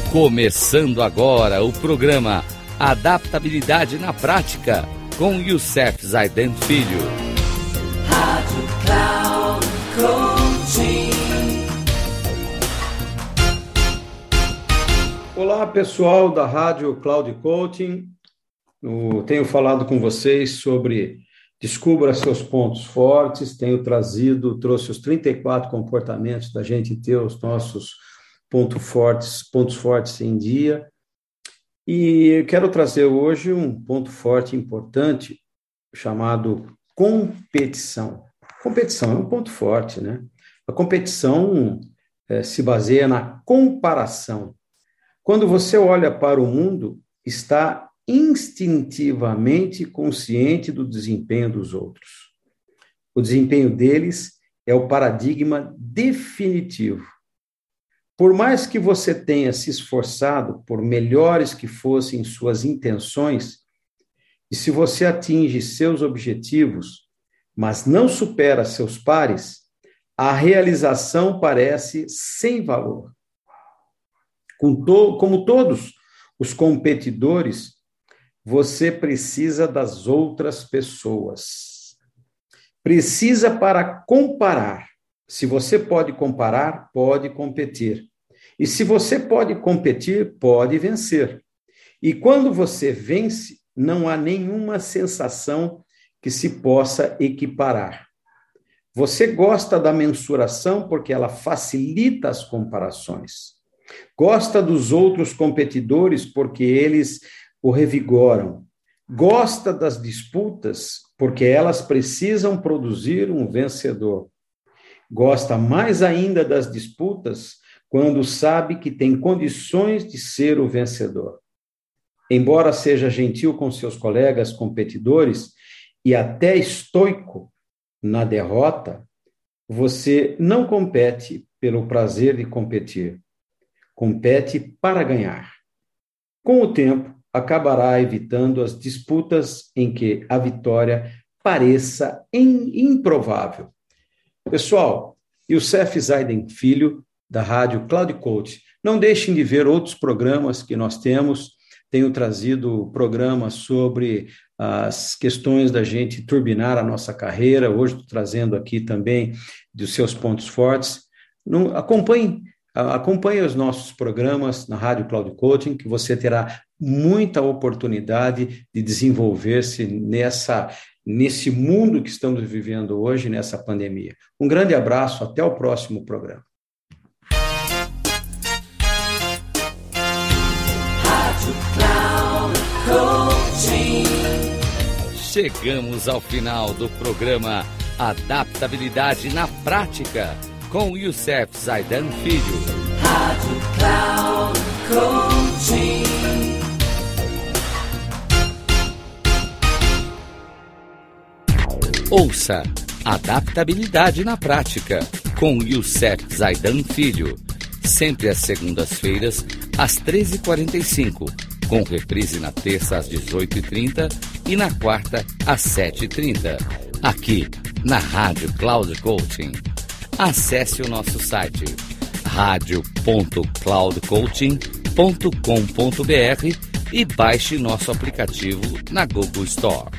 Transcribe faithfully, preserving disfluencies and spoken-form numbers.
Começando agora o programa Adaptabilidade na Prática, com Youssef Zaiden Filho. Rádio Cloud Coaching. Olá, pessoal da Rádio Cloud Coaching. Eu tenho falado com vocês sobre descubra seus pontos fortes, tenho trazido, trouxe os trinta e quatro comportamentos da gente ter os nossos pontos fortes, pontos fortes em dia. E eu quero trazer hoje um ponto forte importante chamado competição. Competição é um ponto forte, né? A competição é, se baseia na comparação. Quando você olha para o mundo, está instintivamente consciente do desempenho dos outros. O desempenho deles é o paradigma definitivo. Por mais que você tenha se esforçado, por melhores que fossem suas intenções, e se você atinge seus objetivos, mas não supera seus pares, a realização parece sem valor. Como todos os competidores, você precisa das outras pessoas. Precisa para comparar. Se você pode comparar, pode competir. E se você pode competir, pode vencer. E quando você vence, não há nenhuma sensação que se possa equiparar. Você gosta da mensuração porque ela facilita as comparações. Gosta dos outros competidores porque eles o revigoram. Gosta das disputas porque elas precisam produzir um vencedor. Gosta mais ainda das disputas quando sabe que tem condições de ser o vencedor. Embora seja gentil com seus colegas competidores e até estoico na derrota, você não compete pelo prazer de competir. Compete para ganhar. Com o tempo, acabará evitando as disputas em que a vitória pareça improvável. Pessoal, Youssef Zaiden Filho, da Rádio Cloud Coach. Não deixem de ver outros programas que nós temos. Tenho trazido programas sobre as questões da gente turbinar a nossa carreira. Hoje estou trazendo aqui também dos seus pontos fortes. Não, acompanhe, acompanhe os nossos programas na Rádio Cloud Coaching, que você terá muita oportunidade de desenvolver-se nessa nesse mundo que estamos vivendo hoje, nessa pandemia. Um grande abraço, até o próximo programa. Chegamos ao final do programa Adaptabilidade na Prática, com Youssef Zaiden Filho. Rádio Cloud Coaching. Ouça Adaptabilidade na Prática, com Youssef Zaiden Filho, sempre às segundas-feiras, às treze e quarenta e cinco, com reprise na terça às dezoito e trinta e na quarta às sete e trinta, aqui na Rádio Cloud Coaching. Acesse o nosso site rádio ponto cloud coaching ponto com ponto b r e baixe nosso aplicativo na Google Store.